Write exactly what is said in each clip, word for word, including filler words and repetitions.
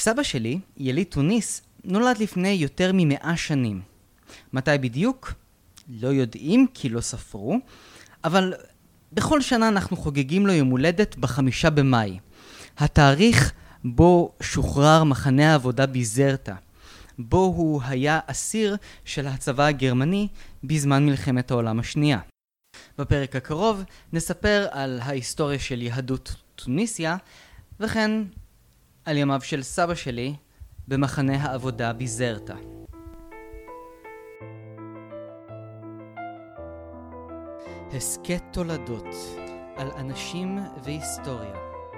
סבא שלי, יליד תוניס, נולד לפני יותר ממאה שנים. מתי בדיוק? לא יודעים כי לא ספרו, אבל בכל שנה אנחנו חוגגים לו יום הולדת בחמישה במאי. התאריך בו שוחרר מחנה העבודה ביזרטה, בו הוא היה אסיר של הצבא הגרמני בזמן מלחמת העולם השנייה. בפרק הקרוב נספר על ההיסטוריה של יהדות טוניסיה, וכן על ימיו של סבא שלי במחנה העבודה ביזרטה. הסקט תולדות על אנשים והיסטוריה.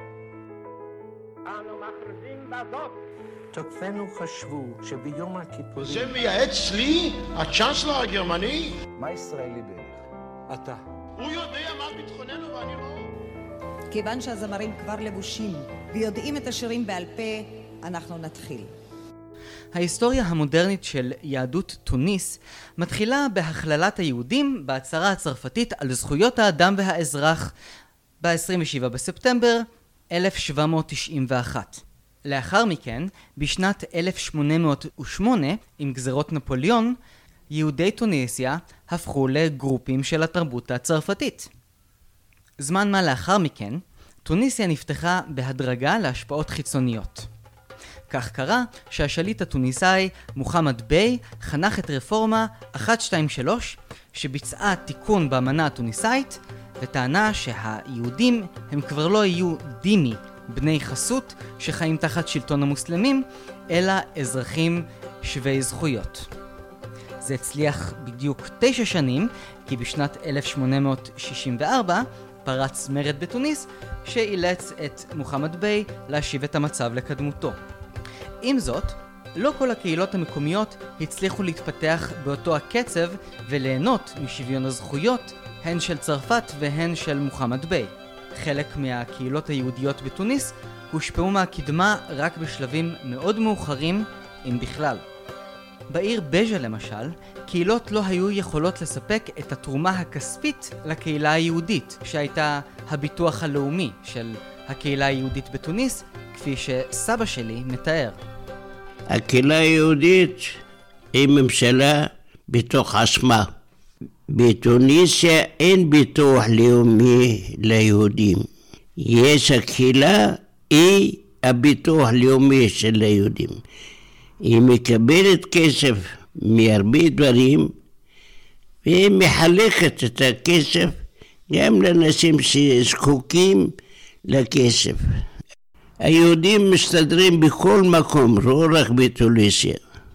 אנו מכריזים בזאת. תוקפינו חשבו שביום הכיפורים... זה מייעץ לי, הצ'אנסלר הגרמני? מה ישראלי בערך? אתה. הוא יודע מה ביטחוננו ואני לא. כיוון שהזמרים כבר לבושים ויודעים את השירים בעל פה, אנחנו נתחיל. ההיסטוריה המודרנית של יהדות תוניס מתחילה בהכללת היהודים בהצהרה הצרפתית על זכויות האדם והאזרח ב-עשרים ושבעה בספטמבר אלף שבע מאות תשעים ואחת. לאחר מכן, בשנת אלף שמונה מאות ושמונה, עם גזרות נפוליאון, יהודי טוניסיה הפכו לגרופים של התרבות הצרפתית. זמן מה לאחר מכן, טוניסיה נפתחה בהדרגה להשפעות חיצוניות. כך קרה שהשליט הטוניסאי מוחמד ביי חנך את רפורמה אחת שתיים שלוש שביצעה תיקון באמנה הטוניסאית וטענה שהיהודים הם כבר לא יהיו דימי בני חסות שחיים תחת שלטון המוסלמים, אלא אזרחים שווי זכויות. זה הצליח בדיוק תשע שנים, כי בשנת אלף שמונה מאות שישים וארבע פרץ מרד בתוניס שאילץ את מוחמד ביי להשיב את המצב לקדמותו. עם זאת, לא כל הקהילות המקומיות הצליחו להתפתח באותו הקצב וליהנות משוויון הזכויות, הן של צרפת והן של מוחמד ביי. חלק מהקהילות היהודיות בתוניס הושפעו מהקדמה רק בשלבים מאוד מאוחרים, אם בכלל. בעיר בז'ה למשל, קהילות לא היו יכולות לספק את התרומה הכספית לקהילה היהודית, שהייתה הביטוח הלאומי של הקהילה היהודית בתוניס, כפי שסבא שלי מתאר. הקהילה היהודית היא ממשלה בתוך עצמה. בתוניסיה אין ביטוח לאומי ליהודים. יש הקהילה, היא הביטוח לאומי של היהודים. היא מקבלת כסף מהרבה דברים, והיא מחלקת את הכסף גם לאנשים שזקוקים לכסף. היהודים מסתדרים בכל מקום, לא רק בתוניסיה.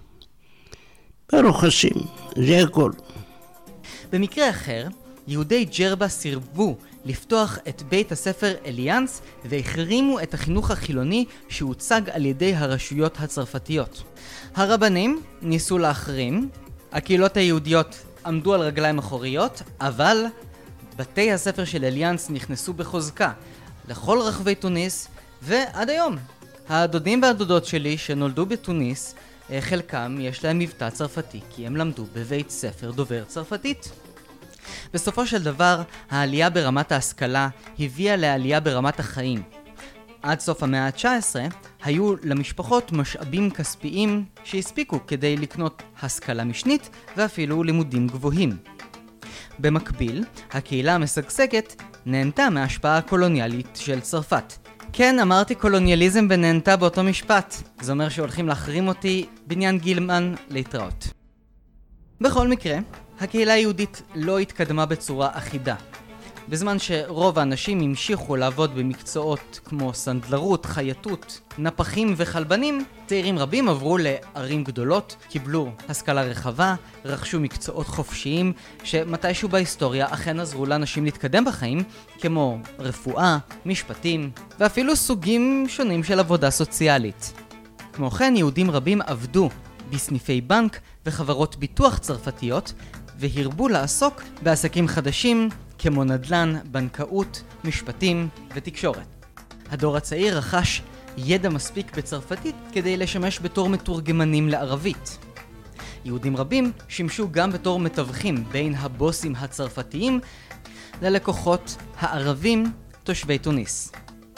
ברוך השם, זה הכל. במקרה אחר, יהודי ג'רבה סירבו לפתוח את בית הספר אליאנס והחרימו את החינוך החילוני שהוצג על ידי הרשויות הצרפתיות. הרבנים ניסו להחרים, הקהילות היהודיות עמדו על רגליים אחוריות, אבל בתי הספר של אליאנס נכנסו בחוזקה לכל רחבי תוניס, ועד היום הדודים והדודות שלי שנולדו בתוניס, חלקם יש להם מבטא צרפתי כי הם למדו בבית ספר דובר צרפתית. בסופו של דבר, העלייה ברמת ההשכלה הביאה לעלייה ברמת החיים. עד סוף המאה ה-תשע עשרה היו למשפחות משאבים כספיים שהספיקו כדי לקנות השכלה משנית ואפילו לימודים גבוהים. במקביל, הקהילה המשגשגת נהנתה מההשפעה הקולוניאלית של צרפת. כן, אמרתי קולוניאליזם ונהנתה באותו משפט. זה אומר שהולכים להחרים אותי בניין גילמן להתראות. בכל מקרה, הקהילה היהודית לא התקדמה בצורה אחידה. בזמן שרוב האנשים המשיכו לעבוד במקצועות כמו סנדלרות, חייטות, נפחים וחלבנים, צעירים רבים עברו לערים גדולות, קיבלו השכלה רחבה, רכשו מקצועות חופשיים שמתישהו בהיסטוריה אכן עזרו לאנשים להתקדם בחיים, כמו רפואה, משפטים ואפילו סוגים שונים של עבודה סוציאלית. כמו כן, יהודים רבים עבדו בסניפי בנק וחברות ביטוח צרפתיות והרבו לעסוק בעסקים חדשים כמו נדל"ן, בנקאות, משפטים ותקשורת. הדור הצעיר רכש ידע מספיק בצרפתית כדי לשמש בתור מתורגמנים לערבית. יהודים רבים שימשו גם בתור מתווכים בין הבוסים הצרפתיים ללקוחות הערבים תושבי תוניס.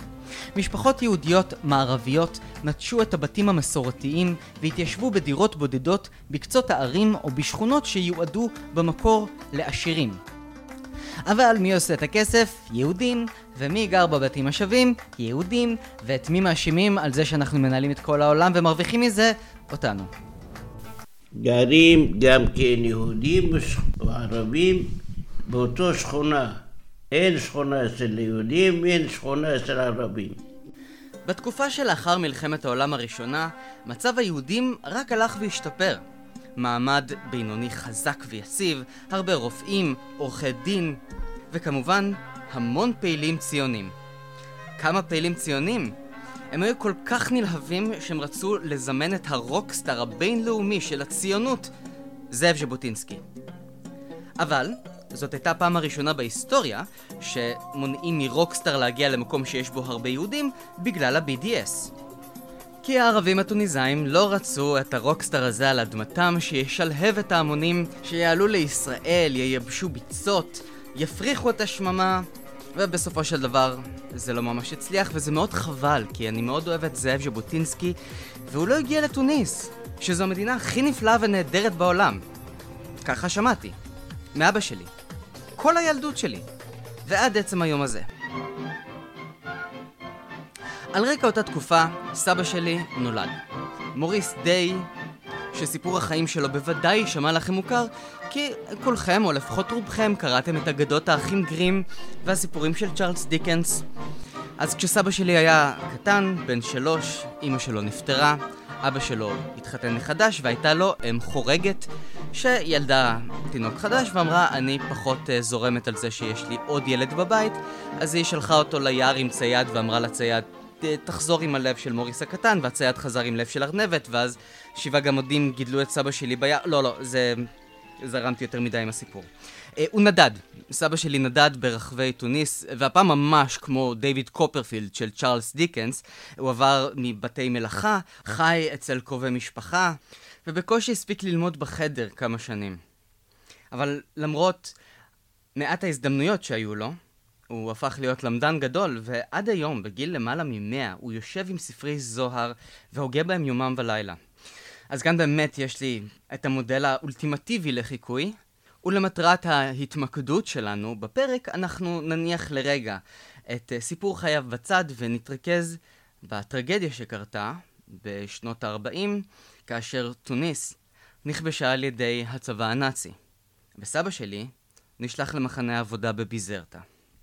משפחות יהודיות מערביות נטשו את הבתים המסורתיים והתיישבו בדירות בודדות בקצות הערים או בשכונות שיועדו במקור לעשירים. אבל מי עושה את הכסף? יהודים. ומי גר בבתים השווים? יהודים. ואת מי מאשימים על זה שאנחנו מנהלים את כל העולם ומרוויחים מזה? אותנו. גרים גם כן יהודים וערבים באותו שכונה. אין שכונה אצל יהודים, אין שכונה אצל ערבים. בתקופה שלאחר מלחמת העולם הראשונה, מצב היהודים רק הלך והשתפר. מעמד בינוני חזק ויציב, הרבה רופאים, עורכי דין, וכמובן המון פעילים ציונים. כמה פעילים ציונים? הם היו כל כך נלהבים שהם רצו לזמן את הרוקסטאר הבינלאומי של הציונות, זאב ז'בוטינסקי. אבל זאת הייתה הפעם הראשונה בהיסטוריה שמונעים מרוקסטאר להגיע למקום שיש בו הרבה יהודים בגלל ה-בי די אס. כי הערבים הטוניסאים לא רצו את הרוקסטאר הזה על אדמתם, שישלהב את ההמונים, שיעלו לישראל, ייבשו ביצות, יפריחו את השממה, ובסופו של דבר זה לא ממש הצליח, וזה מאוד חבל, כי אני מאוד אוהב את זאב ז'בוטינסקי, והוא לא הגיע לתוניס, שזו המדינה הכי נפלאה ונהדרת בעולם. ככה שמעתי, מאבא שלי, כל הילדות שלי, ועד עצם היום הזה. על רקע אותה תקופה, סבא שלי נולד. מוריס דיי, שסיפור החיים שלו בוודאי שמע לכם מוכר, כי כולכם, או לפחות רובכם, קראתם את אגדות האחים גרים והסיפורים של צ'ארלס דיקנס. אז כשסבא שלי היה קטן, בן שלוש, אמא שלו נפטרה, אבא שלו התחתן מחדש והייתה לו אם חורגת שילדה תינוק חדש ואמרה אני פחות uh, זורמת על זה שיש לי עוד ילד בבית, אז היא שלחה אותו ליער עם צייד ואמרה לצייד תחזור עם הלב של מוריס הקטן, והצייד חזר עם לב של ארנבת, ואז שבעה גמדים גידלו את סבא שלי ביער. לא, לא, זה... זרמתי יותר מדי עם הסיפור. Uh, הוא נדד. סבא שלי נדד ברחבי טוניס, והפעם ממש כמו דיוויד קופרפילד של צ'ארלס דיקנס, הוא עבר מבתי מלאכה, חי אצל קרובי משפחה, ובקושי הספיק ללמוד בחדר כמה שנים. אבל למרות מעט ההזדמנויות שהיו לו, הוא הפך להיות למדן גדול, ועד היום, בגיל למעלה ממאה, הוא יושב עם ספרי זוהר והוגה בהם יומם ולילה. אז כאן באמת יש לי את המודל האולטימטיבי לחיקוי, ולמטרת ההתמקדות שלנו בפרק אנחנו נניח לרגע את סיפור חייו בצד ונתרכז בטרגדיה שקרתה בשנות ה-ארבעים, כאשר טוניס נכבשה על ידי הצבא הנאצי. וסבא שלי נשלח למחנה העבודה בביזרטה.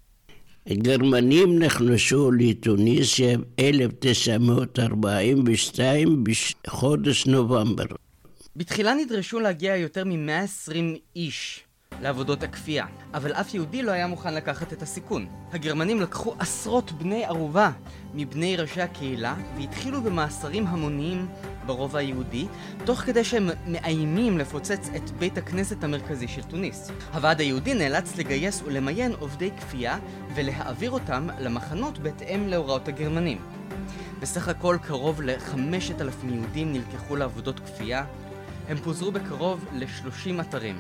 הגרמנים נכנסו לטוניסיה אלף תשע מאות ארבעים ושתיים בחודש נובמבר. בתחילה נדרשו להגיע יותר מ-מאה ועשרים איש לעבודות הכפייה, אבל אף יהודי לא היה מוכן לקחת את הסיכון. הגרמנים לקחו עשרות בני ערובה מבני ראשי הקהילה והתחילו במאסרים המוניים ברובע היהודי, תוך כדי שהם מאיימים לפוצץ את בית הכנסת המרכזי של טוניס. הוועד היהודי נאלץ לגייס ולמיין עובדי כפייה ולהעביר אותם למחנות בהתאם להוראות הגרמנים. בסך הכל קרוב ל-חמשת אלפים יהודים נלקחו לעבודות כפייה. הם פוזרו בקרוב ל-שלושים אתרים.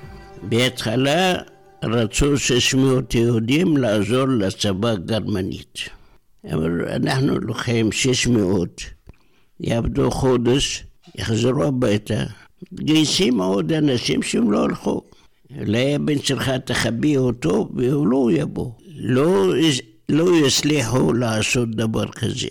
בהתחלה רצו שש מאות יהודים לעזור לצבא הגרמנית. אמרו, אנחנו לוקחים שש מאות, יעבדו חודש, יחזרו הביתה. גייסים עוד אנשים שהם לא הלכו. אולי הבן שלך תחביא אותו והוא לא יבוא. לא, לא יצליחו לעשות דבר כזה.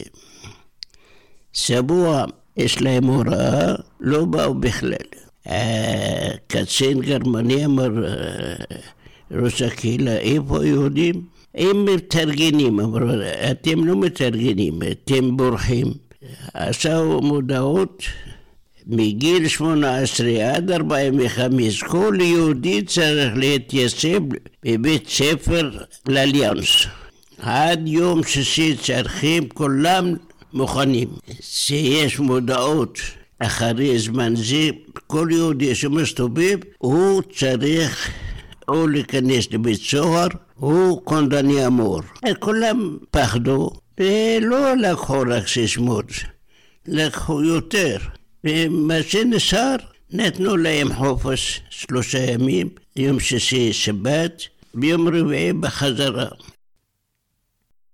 שבוע יש להם הוראה, לא באו בכלל. הקצין גרמני אמר, ראש הקהילה, איפה יהודים? הם מתארגנים, אמרו, אתם לא מתארגנים, אתם בורחים. עשו מודעות, מגיל שמונה עשרה עד ארבעים וחמש, כל יהודי צריך להתייצב בבית ספר לאליאנס. עד יום שישי צריכים כולם מוכנים. שיש מודעות. אחרי זמן זה, כל יהודי שמסתובב, הוא צריך או להיכנס לבית סוהר, או קונדני אמור. כולם פחדו, ולא לקחו רק שש מאות, לקחו יותר. ומה שנשאר, נתנו להם חופש שלושה ימים, יום שישי שבת, ביום רביעי בחזרה.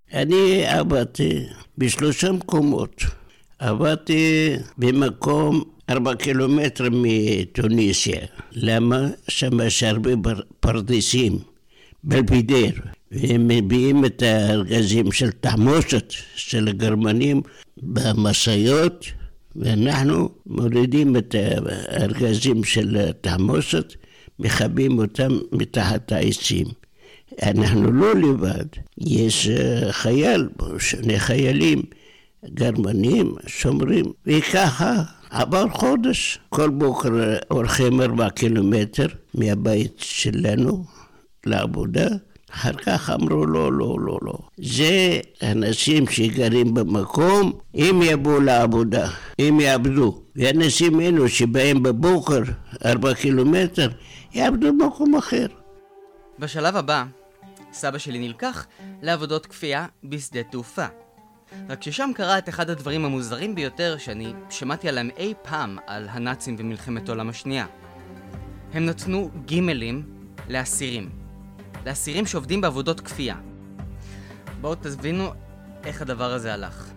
אני עבדתי בשלושה מקומות. עבדתי במקום ארבע קילומטר מתוניסיה. למה? שם יש הרבה פרדסים, בלפידיר, והם מביאים את הארגזים של תחמושת של הגרמנים במשאיות, ואנחנו מורידים את הארגזים של התחמושת, מחבים אותם מתחת העצים. אנחנו לא לבד, יש חייל, שני חיילים גרמנים שומרים, וככה עבר חודש. כל בוקר הולכים ארבע קילומטר מהבית שלנו לעבודה. אחר כך אמרו לא, לא, לא, לא. זה אנשים שגרים במקום, אם יבואו לעבודה, אם יעבדו. ואנשים אלו שבאים בבוקר ארבע קילומטר, יעבדו במקום אחר. בשלב הבא, סבא שלי נלקח לעבודות כפייה בשדה תעופה. רק ששם קרה את אחד הדברים המוזרים ביותר שאני שמעתי עליהם אי פעם על הנאצים במלחמת העולם השנייה. הם נתנו גימלים לאסירים. לאסירים שעובדים בעבודות כפייה. בואו תבינו איך הדבר הזה הלך.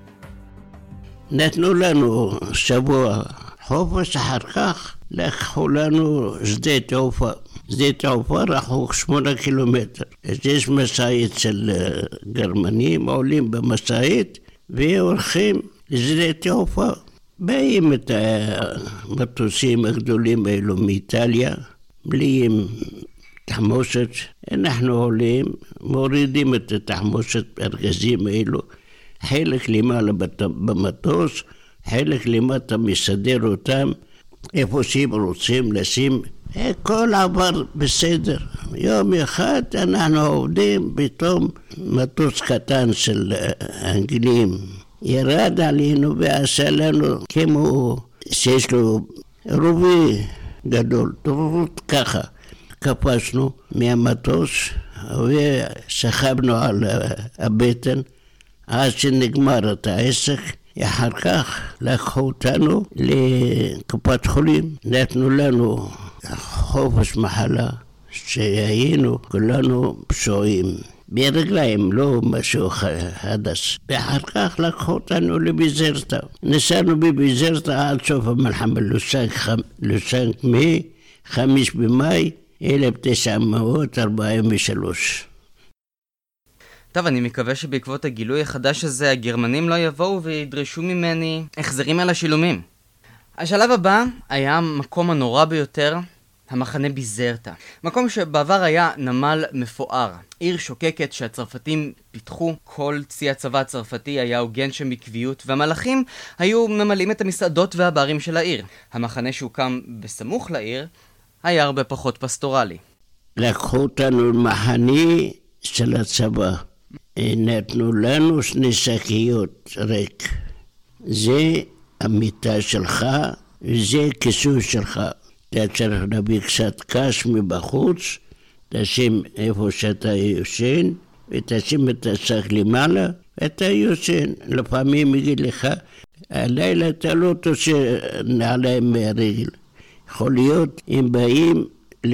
נתנו לנו שבוע חופש, אחר כך לקחו לנו שדה תעופה. שדה תעופה רחוק שמונה קילומטר. אז יש משאית של גרמנים, עולים במשאית והולכים לשדה תעופה. באים את המטוסים הגדולים האלו מאיטליה, מלאים תחמושת. אנחנו עולים, מורידים את התחמושת בארגזים האלו, חלק למעלה במטוס, חלק למטה מסדר אותם, איפה שהם רוצים לשים. הכל עבר בסדר. יום אחד אנחנו עובדים, פתאום מטוס קטן של אנגלים ירד עלינו ועשה לנו כמו שיש לו רובי גדול, טובות ככה. קפצנו מהמטוס ושכבנו על הבטן עד שנגמר את העסק. אחר כך לקחו אותנו לקופת חולים, נתנו לנו חופש מחלה שהיינו כולנו פצועים ברגליים, לא משהו חדש. ואחר כך לקחו אותנו לביזרטה. נסענו בביזרטה עד סוף המלחמה, לוסנק מחמישה במאי אלף תשע מאות ארבעים ושלוש. טוב, אני מקווה שבעקבות הגילוי החדש הזה הגרמנים לא יבואו וידרשו ממני החזרים על השילומים. השלב הבא היה המקום הנורא ביותר, המחנה ביזרטה. מקום שבעבר היה נמל מפואר, עיר שוקקת שהצרפתים פיתחו. כל צי הצבא הצרפתי היה הוגן שם בקביעות, והמלאכים היו ממלאים את המסעדות והברים של העיר. המחנה שהוקם בסמוך לעיר היה הרבה פחות פסטורלי. לקחו אותנו למחנה של הצבא. נתנו לנו שני שקיות ריק. זה המיטה שלך וזה כיסוי שלך. אתה צריך להביא קצת קש מבחוץ, תשים איפה שאתה יושן, ותשים את השק למעלה, ואתה יושן. לפעמים יגיד לך, הלילה אתה לא תעשה נעליים מהרגל. יכול להיות אם באים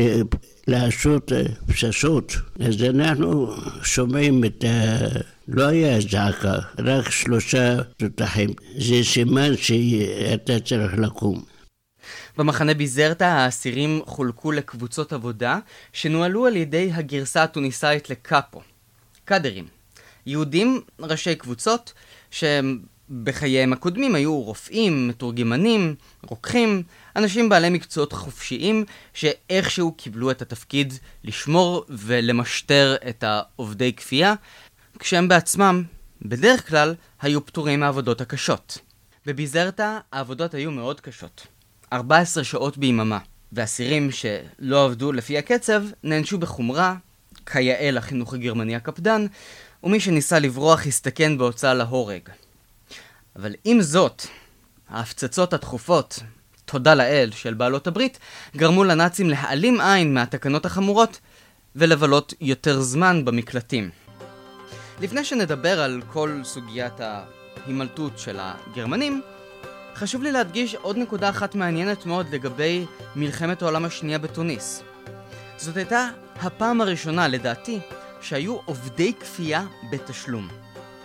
לעשות פששות, אז אנחנו שומעים את ה... לא היה זעקה, רק שלושה תותחים. זה סימן שאתה צריך לקום. במחנה ביזרטה האסירים חולקו לקבוצות עבודה שנוהלו על ידי הגרסה התוניסאית לקאפו, קאדרים. יהודים, ראשי קבוצות, שבחייהם הקודמים היו רופאים, מתורגמנים, רוקחים, אנשים בעלי מקצועות חופשיים שאיכשהו קיבלו את התפקיד לשמור ולמשטר את העובדי כפייה, כשהם בעצמם, בדרך כלל, היו פטורים מהעבודות הקשות. בביזרטה העבודות היו מאוד קשות. ארבע עשרה שעות ביממה, ואסירים שלא עבדו לפי הקצב נענשו בחומרה, כיאה לחינוך הגרמני הקפדן, ומי שניסה לברוח הסתכן בהוצאה להורג. אבל עם זאת, ההפצצות התכופות, תודה לאל, של בעלות הברית, גרמו לנאצים להעלים עין מהתקנות החמורות ולבלות יותר זמן במקלטים. לפני שנדבר על כל סוגיית ההימלטות של הגרמנים, חשוב לי להדגיש עוד נקודה אחת מעניינת מאוד לגבי מלחמת העולם השנייה בתוניס. זאת הייתה הפעם הראשונה, לדעתי, שהיו עובדי כפייה בתשלום.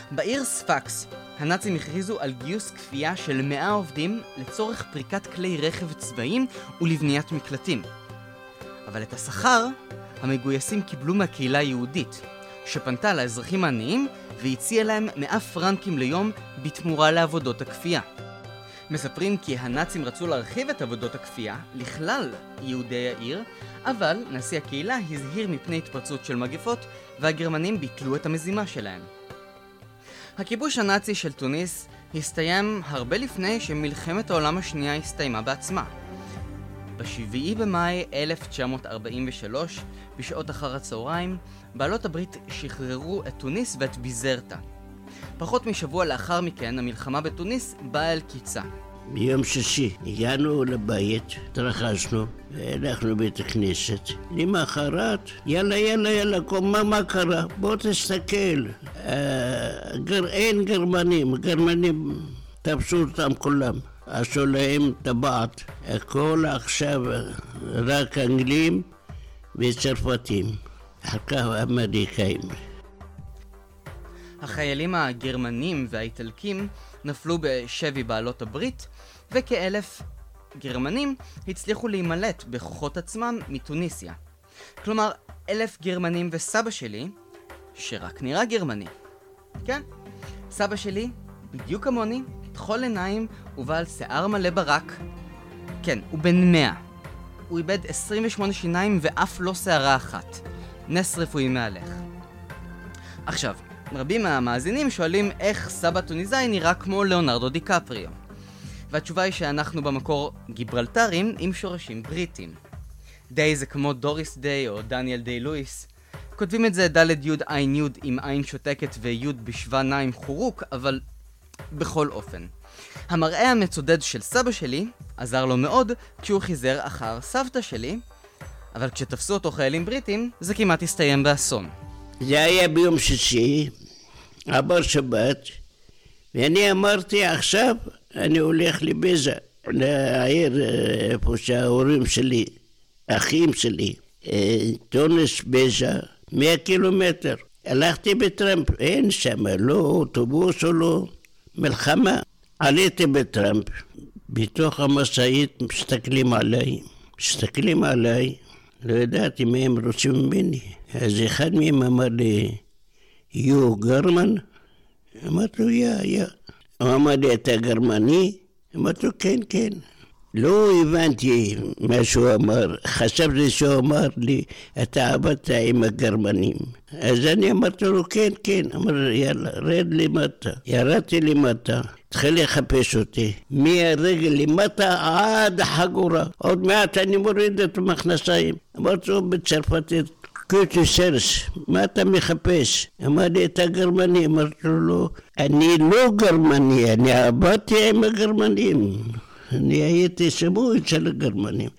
בעיר ספקס, הנאצים הכריזו על גיוס כפייה של מאה עובדים לצורך פריקת כלי רכב צבאיים ולבניית מקלטים. אבל את השכר המגויסים קיבלו מהקהילה היהודית, שפנתה לאזרחים העניים והציעה להם מאה פרנקים ליום בתמורה לעבודות הכפייה. מספרים כי הנאצים רצו להרחיב את עבודות הכפייה לכלל יהודי העיר, אבל נשיא הקהילה הזהיר מפני התפרצות של מגפות והגרמנים ביטלו את המזימה שלהם. הכיבוש הנאצי של תוניס הסתיים הרבה לפני שמלחמת העולם השנייה הסתיימה בעצמה. בשביעי במאי אלף תשע מאות ארבעים ושלוש, בשעות אחר הצהריים, בעלות הברית שחררו את תוניס ואת ביזרטה. פחות משבוע לאחר מכן, המלחמה בתוניס באה אל קיצה. ביום שישי הגענו לבית, התרחשנו, והלכנו בית הכנסת. למחרת, יאללה יאללה יאללה, מה, מה קרה? בוא תסתכל. אה, גר, אין גרמנים, גרמנים תפסו אותם כולם. עשו להם טבעת. הכל עכשיו רק אנגלים וצרפתים. אחר כך אמריקאים. החיילים הגרמנים והאיטלקים נפלו בשבי בעלות הברית, וכאלף גרמנים הצליחו להימלט בכוחות עצמם מתוניסיה. כלומר, אלף גרמנים וסבא שלי, שרק נראה גרמני. כן, סבא שלי, בדיוק כמוני, תחול עיניים ובעל שיער מלא ברק. כן, הוא בן מאה. הוא איבד עשרים ושמונה שיניים ואף לא שערה אחת. נס רפואי מהלך. עכשיו, רבים מהמאזינים שואלים איך סבא טוניסאי נראה כמו ליאונרדו דיקפריו. והתשובה היא שאנחנו במקור גיברלטרים עם שורשים בריטים. דיי זה כמו דוריס דיי או דניאל דיי לואיס. כותבים את זה ד' י' ע' י' עם עין שותקת וי' בשוון עם חורוק, אבל בכל אופן. המראה המצודד של סבא שלי עזר לו מאוד כשהוא חיזר אחר סבתא שלי, אבל כשתפסו אותו חיילים בריטים זה כמעט הסתיים באסון. זה היה ביום שישי, עבר שבת, ואני אמרתי עכשיו אני הולך לבזה, לעיר איפה שההורים שלי, האחים שלי, תונס בזה, מאה קילומטר. הלכתי בטרמפ, אין שם, לא אוטובוס או לא מלחמה. עליתי בטרמפ, בתוך המשאית מסתכלים עליי, מסתכלים עליי, לא ידעתי מה הם רוצים ממני. אז אחד מהם אמר לי, יו גרמן? אמרתי לו, יא, יא. הוא אמר לי, אתה גרמני? אמרתי לו, כן, כן. לא הבנתי מה שהוא אמר, חשבתי שהוא אמר לי, אתה עבדת עם הגרמנים. אז אני אמרתי לו, כן, כן. אמר, יאללה, רד למטה. ירדתי למטה, התחיל לחפש אותי. מהרגל למטה עד החגורה. עוד מעט אני מוריד את המכנסיים. אמרתי לו בצרפתית, קוטי סרס, מה אתה מחפש? אמר לי, אתה גרמני. אמרתי לו, לא, אני לא גרמני, אני עבדתי עם הגרמנים. אני הייתי שבוי אצל הגרמנים.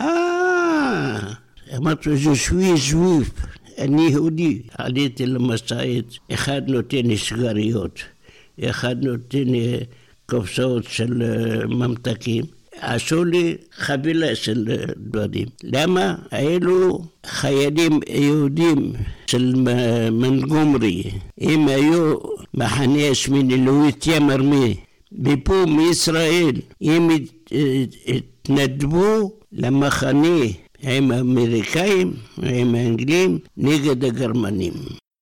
אה, אמרתי לו, זה שוי זוויף, אני יהודי. עליתי למשאית, אחד נותן סגריות, אחד נותן קופסאות של ממתקים. עשו לי חבילה של דברים. למה? היו חיילים יהודים של מנגומרי. הם היו מחנה השמיני לואית ימרמי. מפה מישראל, הם התנדבו למחנה עם האמריקאים, עם האנגלים, נגד הגרמנים.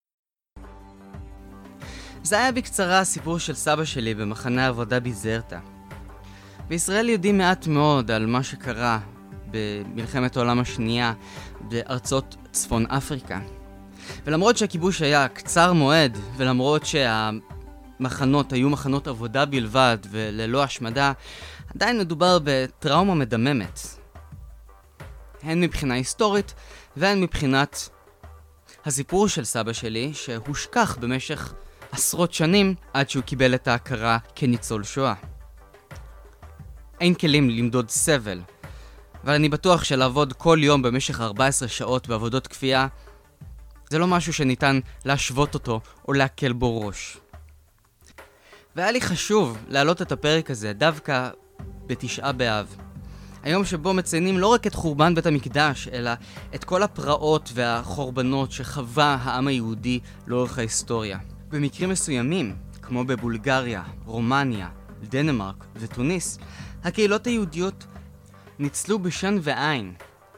זה היה בקצרה הסיפור של סבא שלי במחנה העבודה ביזרטה. בישראל יודעים מעט מאוד על מה שקרה במלחמת העולם השנייה בארצות צפון אפריקה. ולמרות שהכיבוש היה קצר מועד, ולמרות שהמחנות היו מחנות עבודה בלבד וללא השמדה, עדיין מדובר בטראומה מדממת. הן מבחינה היסטורית והן מבחינת הסיפור של סבא שלי, שהושכח במשך עשרות שנים עד שהוא קיבל את ההכרה כניצול שואה. אין כלים למדוד סבל, אבל אני בטוח שלעבוד כל יום במשך ארבע עשרה שעות בעבודות כפייה זה לא משהו שניתן להשוות אותו או להקל בו ראש. והיה לי חשוב להעלות את הפרק הזה דווקא בתשעה באב, היום שבו מציינים לא רק את חורבן בית המקדש, אלא את כל הפרעות והחורבנות שחווה העם היהודי לאורך ההיסטוריה. במקרים מסוימים, כמו בבולגריה, רומניה, דנמרק וטוניס, הקהילות היהודיות ניצלו בשן ועין.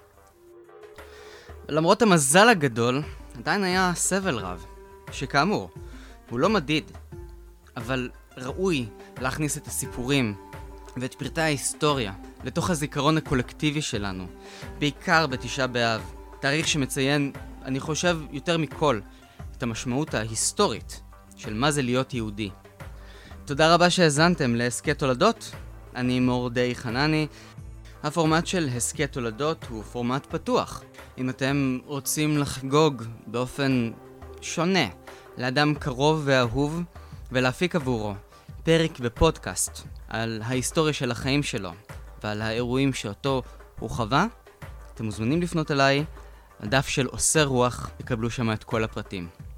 למרות המזל הגדול, עדיין היה סבל רב, שכאמור, הוא לא מדיד, אבל ראוי להכניס את הסיפורים ואת פרטי ההיסטוריה לתוך הזיכרון הקולקטיבי שלנו, בעיקר בתשעה באב, תאריך שמציין, אני חושב, יותר מכל, את המשמעות ההיסטורית של מה זה להיות יהודי. תודה רבה שהזנתם להסכת תולדות, אני מורדי חנני. הפורמט של הסכת תולדות הוא פורמט פתוח. אם אתם רוצים לחגוג באופן שונה לאדם קרוב ואהוב ולהפיק עבורו פרק בפודקאסט על ההיסטוריה של החיים שלו ועל האירועים שאותו הוא חווה, אתם מוזמנים לפנות אליי, הדף של עושה רוח, יקבלו שם את כל הפרטים.